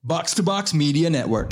Box to Box Media Network.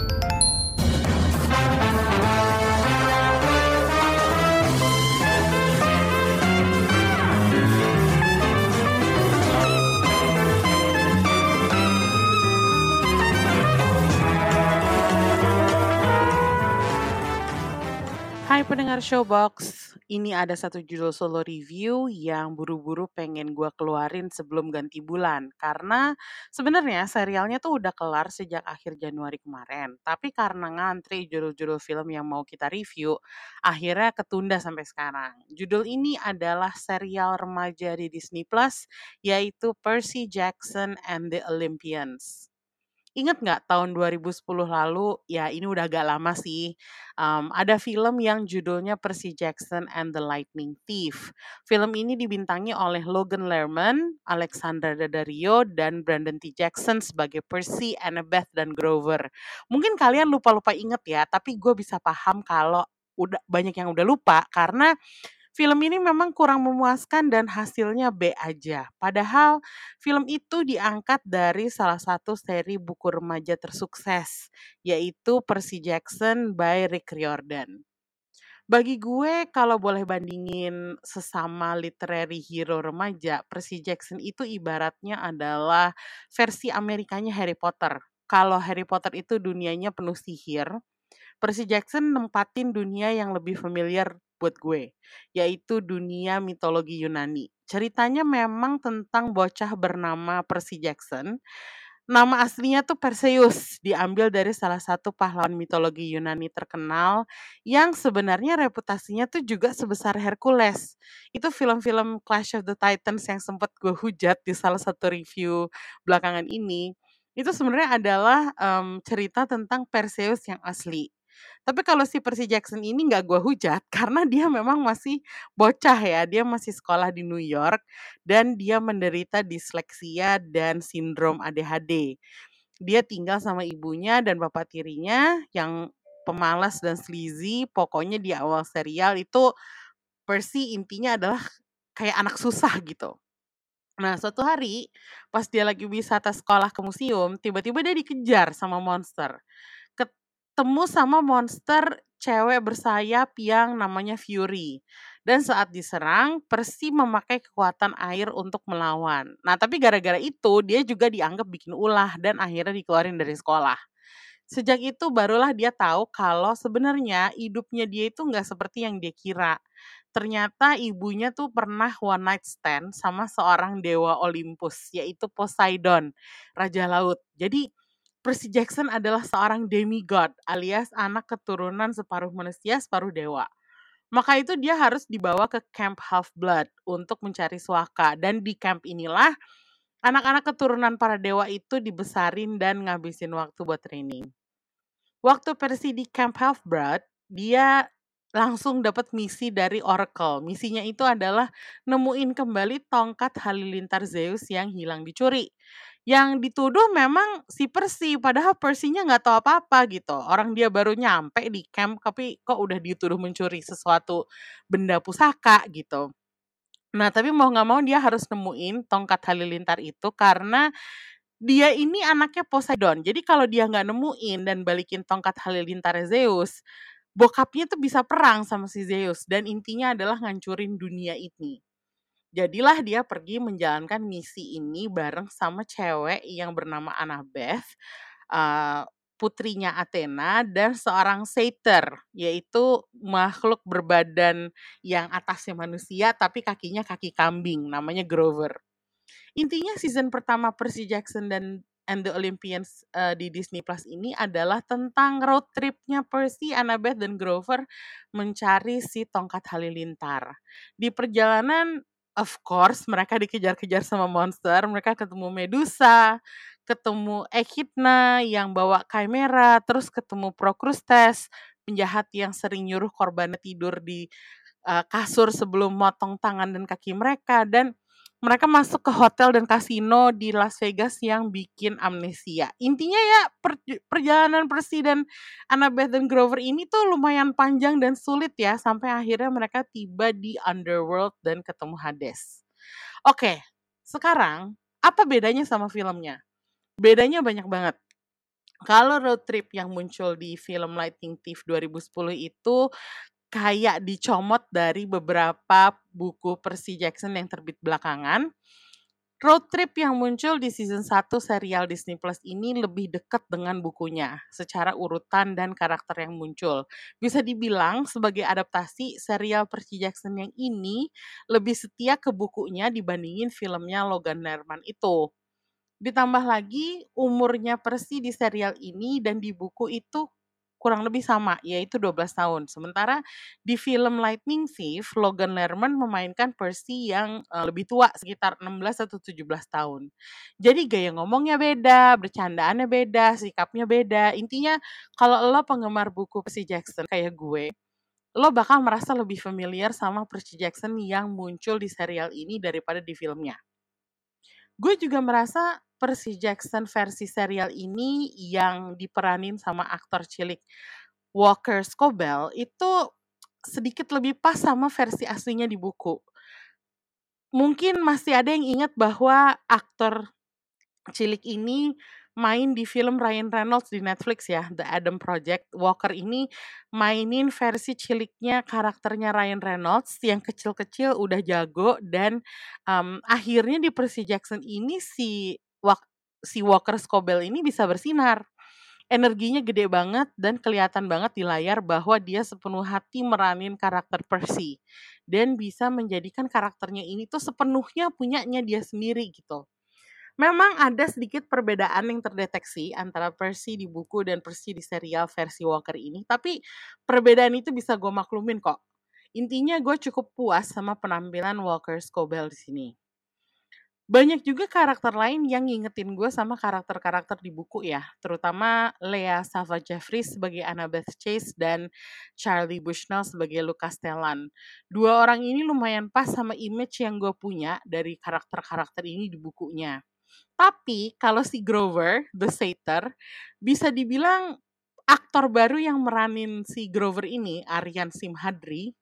Hai pendengar Showbox, ini ada satu judul solo review yang buru-buru pengen gue keluarin sebelum ganti bulan. Karena sebenarnya serialnya tuh udah kelar sejak akhir Januari kemarin. Tapi karena ngantri judul-judul film yang mau kita review, akhirnya ketunda sampai sekarang. Judul ini adalah serial remaja di Disney Plus, yaitu Percy Jackson and the Olympians. Ingat nggak tahun 2010 lalu, ya ini udah agak lama sih, ada film yang judulnya Percy Jackson and the Lightning Thief. Film ini dibintangi oleh Logan Lerman, Alexandra Daddario, dan Brandon T. Jackson sebagai Percy, Annabeth, dan Grover. Mungkin kalian lupa-lupa inget ya, tapi gue bisa paham kalau udah banyak yang udah lupa karena film ini memang kurang memuaskan dan hasilnya B aja. Padahal film itu diangkat dari salah satu seri buku remaja tersukses, yaitu Percy Jackson by Rick Riordan. Bagi gue kalau boleh bandingin sesama literary hero remaja, Percy Jackson itu ibaratnya adalah versi Amerikanya Harry Potter. Kalau Harry Potter itu dunianya penuh sihir, Percy Jackson nempatin dunia yang lebih familiar buat gue, yaitu dunia mitologi Yunani. Ceritanya memang tentang bocah bernama Percy Jackson. Nama aslinya tuh Perseus, diambil dari salah satu pahlawan mitologi Yunani terkenal yang sebenarnya reputasinya tuh juga sebesar Hercules. Itu film-film Clash of the Titans yang sempat gue hujat di salah satu review belakangan ini. Itu sebenarnya adalah cerita tentang Perseus yang asli. Tapi kalau si Percy Jackson ini nggak gue hujat karena dia memang masih bocah ya, dia masih sekolah di New York dan dia menderita disleksia dan sindrom ADHD. Dia tinggal sama ibunya dan bapak tirinya yang pemalas dan sleazy. Pokoknya di awal serial itu Percy intinya adalah kayak anak susah gitu. Nah, suatu hari pas dia lagi wisata sekolah ke museum, tiba-tiba dia dikejar sama monster. Ketemu sama monster cewek bersayap yang namanya Fury. Dan saat diserang, Percy memakai kekuatan air untuk melawan. Nah, tapi gara-gara itu dia juga dianggap bikin ulah dan akhirnya dikeluarin dari sekolah. Sejak itu barulah dia tahu kalau sebenarnya hidupnya dia itu nggak seperti yang dia kira. Ternyata ibunya tuh pernah one night stand sama seorang dewa Olympus, yaitu Poseidon, raja laut. Jadi Percy Jackson adalah seorang demigod alias anak keturunan separuh manusia, separuh dewa. Maka itu dia harus dibawa ke camp Half-Blood untuk mencari suaka. Dan di camp inilah anak-anak keturunan para dewa itu dibesarin dan ngabisin waktu buat training. Waktu Percy di Camp Half-Blood, dia langsung dapat misi dari Oracle. Misinya itu adalah nemuin kembali tongkat halilintar Zeus yang hilang dicuri. Yang dituduh memang si Percy, padahal Percy-nya nggak tahu apa-apa gitu. Orang dia baru nyampe di camp, tapi kok udah dituduh mencuri sesuatu benda pusaka gitu. Nah, tapi mau nggak mau dia harus nemuin tongkat halilintar itu karena dia ini anaknya Poseidon. Jadi kalau dia nggak nemuin dan balikin tongkat halilintar Zeus, bokapnya tuh bisa perang sama si Zeus dan intinya adalah ngancurin dunia ini. Jadilah dia pergi menjalankan misi ini bareng sama cewek yang bernama Annabeth, putrinya Athena dan seorang satyr, yaitu makhluk berbadan yang atasnya manusia tapi kakinya kaki kambing, namanya Grover. Intinya season pertama Percy Jackson and the Olympians di Disney Plus ini adalah tentang road tripnya Percy, Annabeth, dan Grover mencari si tongkat halilintar. Di perjalanan, of course, mereka dikejar-kejar sama monster. Mereka ketemu Medusa, ketemu Echidna yang bawa Chimera, terus ketemu Procrustes, penjahat yang sering nyuruh korbannya tidur di kasur sebelum motong tangan dan kaki mereka, dan mereka masuk ke hotel dan kasino di Las Vegas yang bikin amnesia. Intinya ya perjalanan Percy dan Annabeth dan Grover ini tuh lumayan panjang dan sulit ya sampai akhirnya mereka tiba di Underworld dan ketemu Hades. Oke, sekarang apa bedanya sama filmnya? Bedanya banyak banget. Kalau road trip yang muncul di film Lightning Thief 2010 itu kayak dicomot dari beberapa buku Percy Jackson yang terbit belakangan. Road trip yang muncul di season 1 serial Disney Plus ini lebih dekat dengan bukunya secara urutan dan karakter yang muncul. Bisa dibilang sebagai adaptasi, serial Percy Jackson yang ini lebih setia ke bukunya dibandingin filmnya Logan Lerman itu. Ditambah lagi umurnya Percy di serial ini dan di buku itu kurang lebih sama, yaitu 12 tahun. Sementara di film Lightning Thief, Logan Lerman memainkan Percy yang lebih tua, sekitar 16 atau 17 tahun. Jadi gaya ngomongnya beda, bercandaannya beda, sikapnya beda. Intinya kalau lo penggemar buku Percy Jackson kayak gue, lo bakal merasa lebih familiar sama Percy Jackson yang muncul di serial ini daripada di filmnya. Gue juga merasa Percy Jackson versi serial ini yang diperanin sama aktor cilik Walker Scobell itu sedikit lebih pas sama versi aslinya di buku. Mungkin masih ada yang ingat bahwa aktor cilik ini main di film Ryan Reynolds di Netflix ya, The Adam Project. Walker ini mainin versi ciliknya karakternya Ryan Reynolds yang kecil-kecil udah jago dan akhirnya di Percy Jackson ini si Walker Scobell ini bisa bersinar. Energinya gede banget dan kelihatan banget di layar bahwa dia sepenuh hati meranin karakter Percy dan bisa menjadikan karakternya ini tuh sepenuhnya punyanya dia sendiri gitu. Memang ada sedikit perbedaan yang terdeteksi antara Percy di buku dan Percy di serial versi Walker ini, tapi perbedaan itu bisa gue maklumin kok. Intinya gue cukup puas sama penampilan Walker Scobell di sini. Banyak juga karakter lain yang ngingetin gue sama karakter-karakter di buku ya, terutama Lea Savage Jeffries sebagai Annabeth Chase dan Charlie Bushnell sebagai Lucas Stellan. Dua orang ini lumayan pas sama image yang gue punya dari karakter-karakter ini di bukunya. Tapi kalau si Grover, The Satyr, bisa dibilang aktor baru yang meranin si Grover ini, Aryan Simhadri,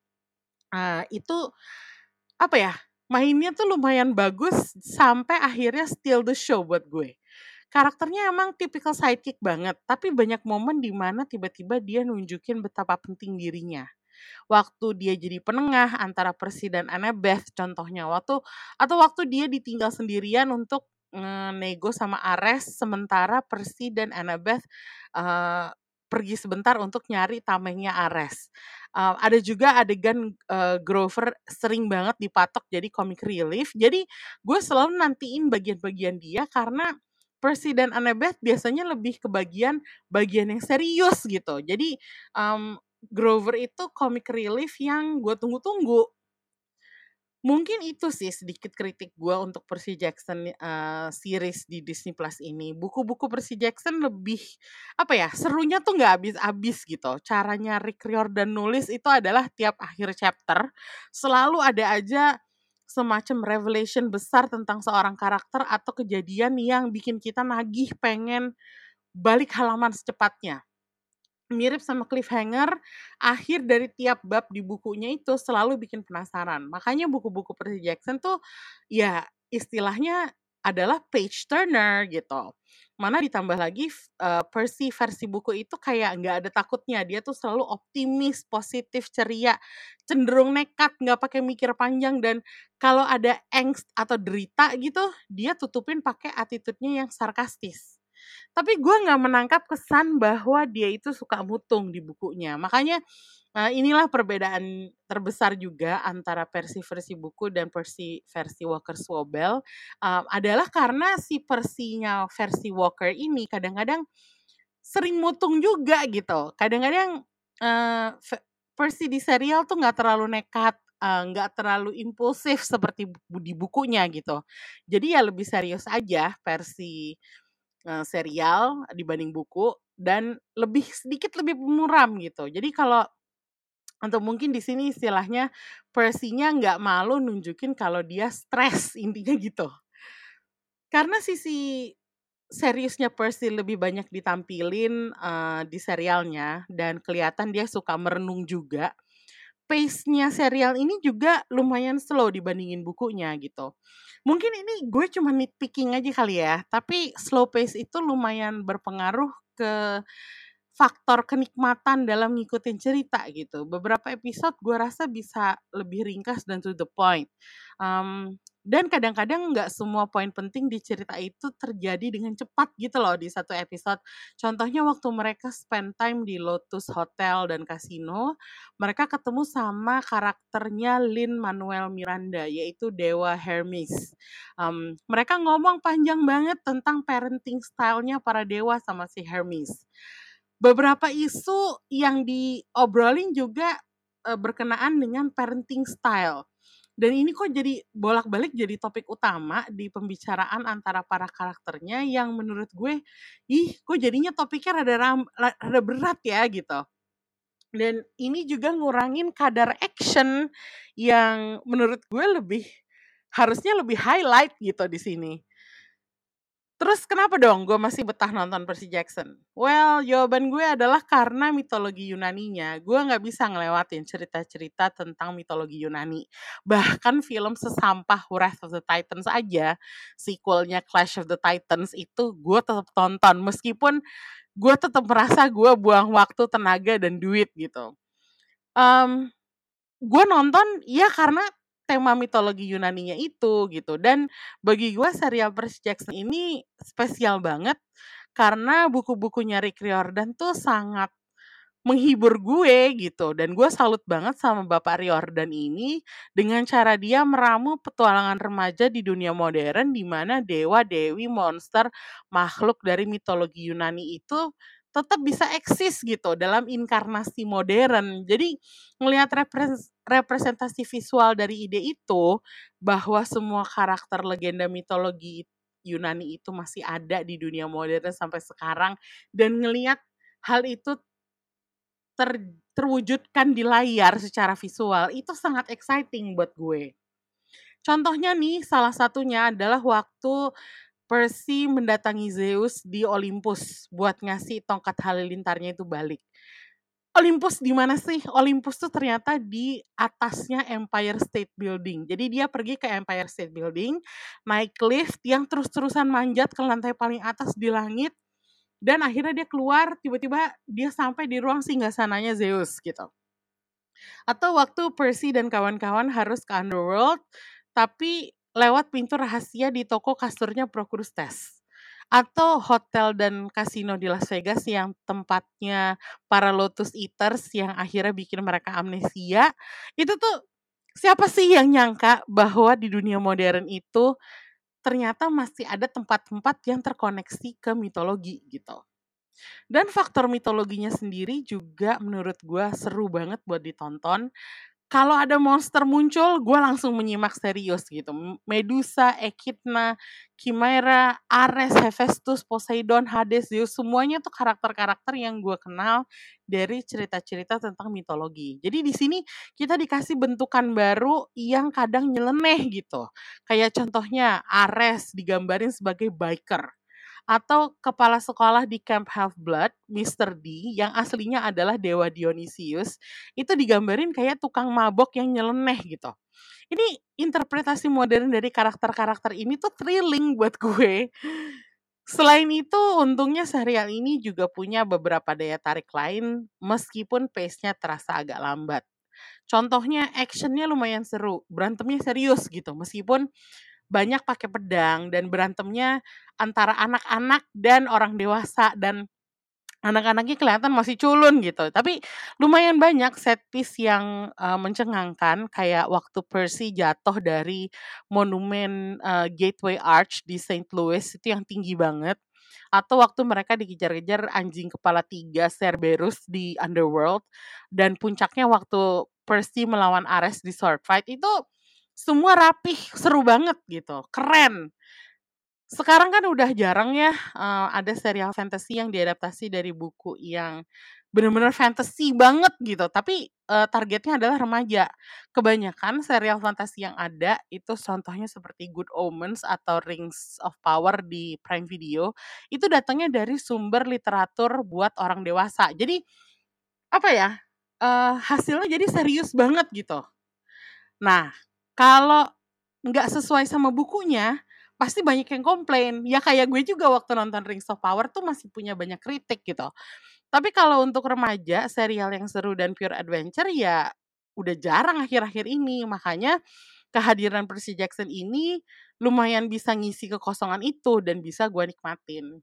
itu apa ya, mainnya tuh lumayan bagus sampai akhirnya steal the show buat gue. Karakternya emang tipikal sidekick banget, tapi banyak momen di mana tiba-tiba dia nunjukin betapa penting dirinya. Waktu dia jadi penengah antara Percy dan Annabeth contohnya, waktu dia ditinggal sendirian untuk nego sama Ares sementara Percy dan Annabeth pergi sebentar untuk nyari tamengnya Ares. Ada juga adegan Grover sering banget dipatok jadi comic relief. Jadi gue selalu nantiin bagian-bagian dia karena Percy dan Annabeth biasanya lebih ke bagian yang serius gitu. Jadi Grover itu comic relief yang gue tunggu-tunggu. Mungkin itu sih sedikit kritik gue untuk Percy Jackson series di Disney Plus ini. Buku-buku Percy Jackson lebih apa ya, serunya tuh nggak habis-habis gitu. Caranya Rick Riordan nulis itu adalah tiap akhir chapter selalu ada aja semacam revelation besar tentang seorang karakter atau kejadian yang bikin kita nagih pengen balik halaman secepatnya. Mirip sama cliffhanger, akhir dari tiap bab di bukunya itu selalu bikin penasaran. Makanya buku-buku Percy Jackson tuh ya istilahnya adalah page turner gitu. Mana ditambah lagi Percy versi buku itu kayak nggak ada takutnya. Dia tuh selalu optimis, positif, ceria, cenderung nekat, nggak pakai mikir panjang dan kalau ada angst atau derita gitu, dia tutupin pakai attitude-nya yang sarkastis. Tapi gue nggak menangkap kesan bahwa dia itu suka mutung di bukunya. Makanya inilah perbedaan terbesar juga antara versi buku dan versi Walker Swobel adalah karena si versinya versi Walker ini kadang-kadang sering mutung juga gitu. Kadang-kadang versi di serial tuh nggak terlalu nekat, nggak terlalu impulsif seperti di bukunya gitu. Jadi ya lebih serius aja versi serial dibanding buku dan sedikit lebih muram gitu. Jadi kalau untuk mungkin di sini istilahnya Percy-nya nggak malu nunjukin kalau dia stres intinya gitu. Karena sisi seriusnya Percy lebih banyak ditampilin di serialnya dan kelihatan dia suka merenung juga. Pace-nya serial ini juga lumayan slow dibandingin bukunya gitu. Mungkin ini gue cuma nitpicking aja kali ya, tapi slow pace itu lumayan berpengaruh ke faktor kenikmatan dalam ngikutin cerita gitu. Beberapa episode gue rasa bisa lebih ringkas dan to the point. Dan kadang-kadang nggak semua poin penting di cerita itu terjadi dengan cepat gitu loh di satu episode. Contohnya waktu mereka spend time di Lotus Hotel dan Casino, mereka ketemu sama karakternya Lin-Manuel Miranda, yaitu Dewa Hermes. Mereka ngomong panjang banget tentang parenting style-nya para dewa sama si Hermes. Beberapa isu yang diobrolin juga berkenaan dengan parenting style. Dan ini kok jadi bolak-balik jadi topik utama di pembicaraan antara para karakternya yang menurut gue, kok jadinya topiknya rada berat ya gitu. Dan ini juga ngurangin kadar action yang menurut gue harusnya lebih highlight gitu di sini. Terus kenapa dong gue masih betah nonton Percy Jackson? Well, jawaban gue adalah karena mitologi Yunaninya. Gue gak bisa ngelewatin cerita-cerita tentang mitologi Yunani. Bahkan film sesampah Wrath of the Titans aja, sequelnya Clash of the Titans itu gue tetap tonton. Meskipun gue tetap merasa gue buang waktu, tenaga, dan duit gitu. Gue nonton ya karena tema mitologi Yunaninya itu gitu. Dan bagi gue serial Percy Jackson ini spesial banget karena buku-bukunya Rick Riordan tuh sangat menghibur gue gitu. Dan gue salut banget sama Bapak Riordan ini dengan cara dia meramu petualangan remaja di dunia modern di mana dewa, dewi, monster, makhluk dari mitologi Yunani itu tetap bisa eksis gitu dalam inkarnasi modern. Jadi ngelihat representasi visual dari ide itu bahwa semua karakter legenda mitologi Yunani itu masih ada di dunia modern sampai sekarang dan ngelihat hal itu terwujudkan di layar secara visual itu sangat exciting buat gue. Contohnya nih, salah satunya adalah waktu Percy mendatangi Zeus di Olympus buat ngasih tongkat halilintarnya itu balik. Olympus di mana sih? Olympus tuh ternyata di atasnya Empire State Building. Jadi dia pergi ke Empire State Building, naik lift yang terus-terusan manjat ke lantai paling atas di langit, dan akhirnya dia keluar, tiba-tiba dia sampai di ruang singgasananya Zeus gitu. Atau waktu Percy dan kawan-kawan harus ke Underworld, tapi lewat pintu rahasia di toko kasturnya Procrustes. Atau hotel dan kasino di Las Vegas yang tempatnya para Lotus Eaters yang akhirnya bikin mereka amnesia. Itu tuh siapa sih yang nyangka bahwa di dunia modern itu ternyata masih ada tempat-tempat yang terkoneksi ke mitologi gitu. Dan faktor mitologinya sendiri juga menurut gue seru banget buat ditonton. Kalau ada monster muncul, gue langsung menyimak serius gitu. Medusa, Echidna, Chimera, Ares, Hephaestus, Poseidon, Hades, Zeus, semuanya tuh karakter-karakter yang gue kenal dari cerita-cerita tentang mitologi. Jadi di sini kita dikasih bentukan baru yang kadang nyeleneh gitu. Kayak contohnya Ares digambarin sebagai biker. Atau kepala sekolah di Camp Half-Blood, Mr. D, yang aslinya adalah Dewa Dionysius, itu digambarin kayak tukang mabok yang nyeleneh gitu. Ini interpretasi modern dari karakter-karakter ini tuh thrilling buat gue. Selain itu, untungnya serial ini juga punya beberapa daya tarik lain, meskipun pace-nya terasa agak lambat. Contohnya actionnya lumayan seru, berantemnya serius gitu, meskipun banyak pakai pedang dan berantemnya antara anak-anak dan orang dewasa dan anak-anaknya kelihatan masih culun gitu. Tapi lumayan banyak set piece yang mencengangkan kayak waktu Percy jatuh dari monumen Gateway Arch di St. Louis itu yang tinggi banget. Atau waktu mereka dikejar-kejar anjing kepala 3 Cerberus di Underworld dan puncaknya waktu Percy melawan Ares di sword fight itu semua rapih, seru banget gitu, keren. Sekarang kan udah jarang ya ada serial fantasy yang diadaptasi dari buku yang benar-benar fantasy banget gitu, tapi targetnya adalah remaja. Kebanyakan serial fantasi yang ada itu contohnya seperti Good Omens atau Rings of Power di Prime Video, itu datangnya dari sumber literatur buat orang dewasa. Jadi apa ya, hasilnya jadi serius banget gitu. Nah, kalau nggak sesuai sama bukunya, pasti banyak yang komplain. Ya kayak gue juga waktu nonton Rings of Power tuh masih punya banyak kritik gitu. Tapi kalau untuk remaja, serial yang seru dan pure adventure ya udah jarang akhir-akhir ini. Makanya kehadiran Percy Jackson ini lumayan bisa ngisi kekosongan itu dan bisa gue nikmatin.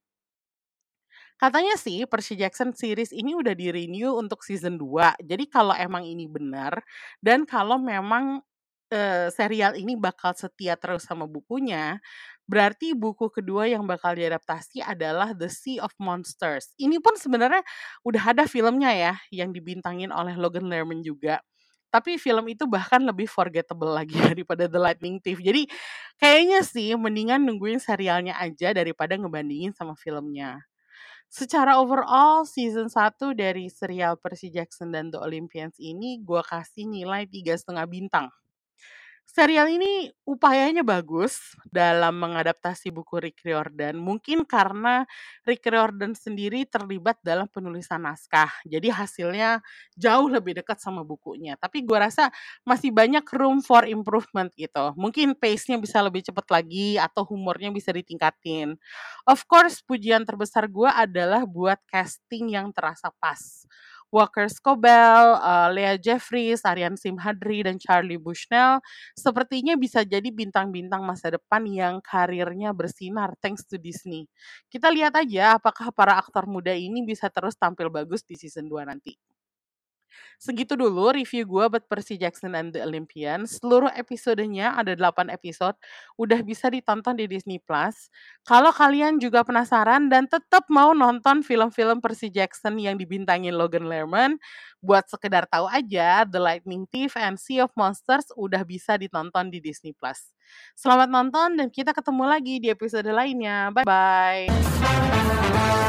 Katanya sih Percy Jackson series ini udah di-renew untuk season 2. Jadi kalau emang ini benar dan kalau memang serial ini bakal setia terus sama bukunya, berarti buku kedua yang bakal diadaptasi adalah The Sea of Monsters. Ini pun sebenarnya udah ada filmnya ya, yang dibintangin oleh Logan Lerman juga. Tapi film itu bahkan lebih forgettable lagi daripada The Lightning Thief. Jadi kayaknya sih mendingan nungguin serialnya aja daripada ngebandingin sama filmnya. Secara overall, season 1 dari serial Percy Jackson dan The Olympians ini gue kasih nilai 3,5 bintang. Serial ini upayanya bagus dalam mengadaptasi buku Rick Riordan. Mungkin karena Rick Riordan sendiri terlibat dalam penulisan naskah. Jadi hasilnya jauh lebih dekat sama bukunya. Tapi gue rasa masih banyak room for improvement gitu. Mungkin pace-nya bisa lebih cepat lagi atau humornya bisa ditingkatin. Of course, pujian terbesar gue adalah buat casting yang terasa pas. Walker Scobell, Lea Jeffries, Aryan Simhadri, dan Charlie Bushnell sepertinya bisa jadi bintang-bintang masa depan yang karirnya bersinar thanks to Disney. Kita lihat aja apakah para aktor muda ini bisa terus tampil bagus di season 2 nanti. Segitu dulu review gue buat Percy Jackson and the Olympians. Seluruh episodenya ada 8 episode, udah bisa ditonton di Disney Plus. Kalau kalian juga penasaran dan tetap mau nonton film-film Percy Jackson yang dibintangin Logan Lerman, buat sekedar tahu aja, The Lightning Thief and Sea of Monsters udah bisa ditonton di Disney Plus. Selamat nonton dan kita ketemu lagi di episode lainnya. Bye-bye.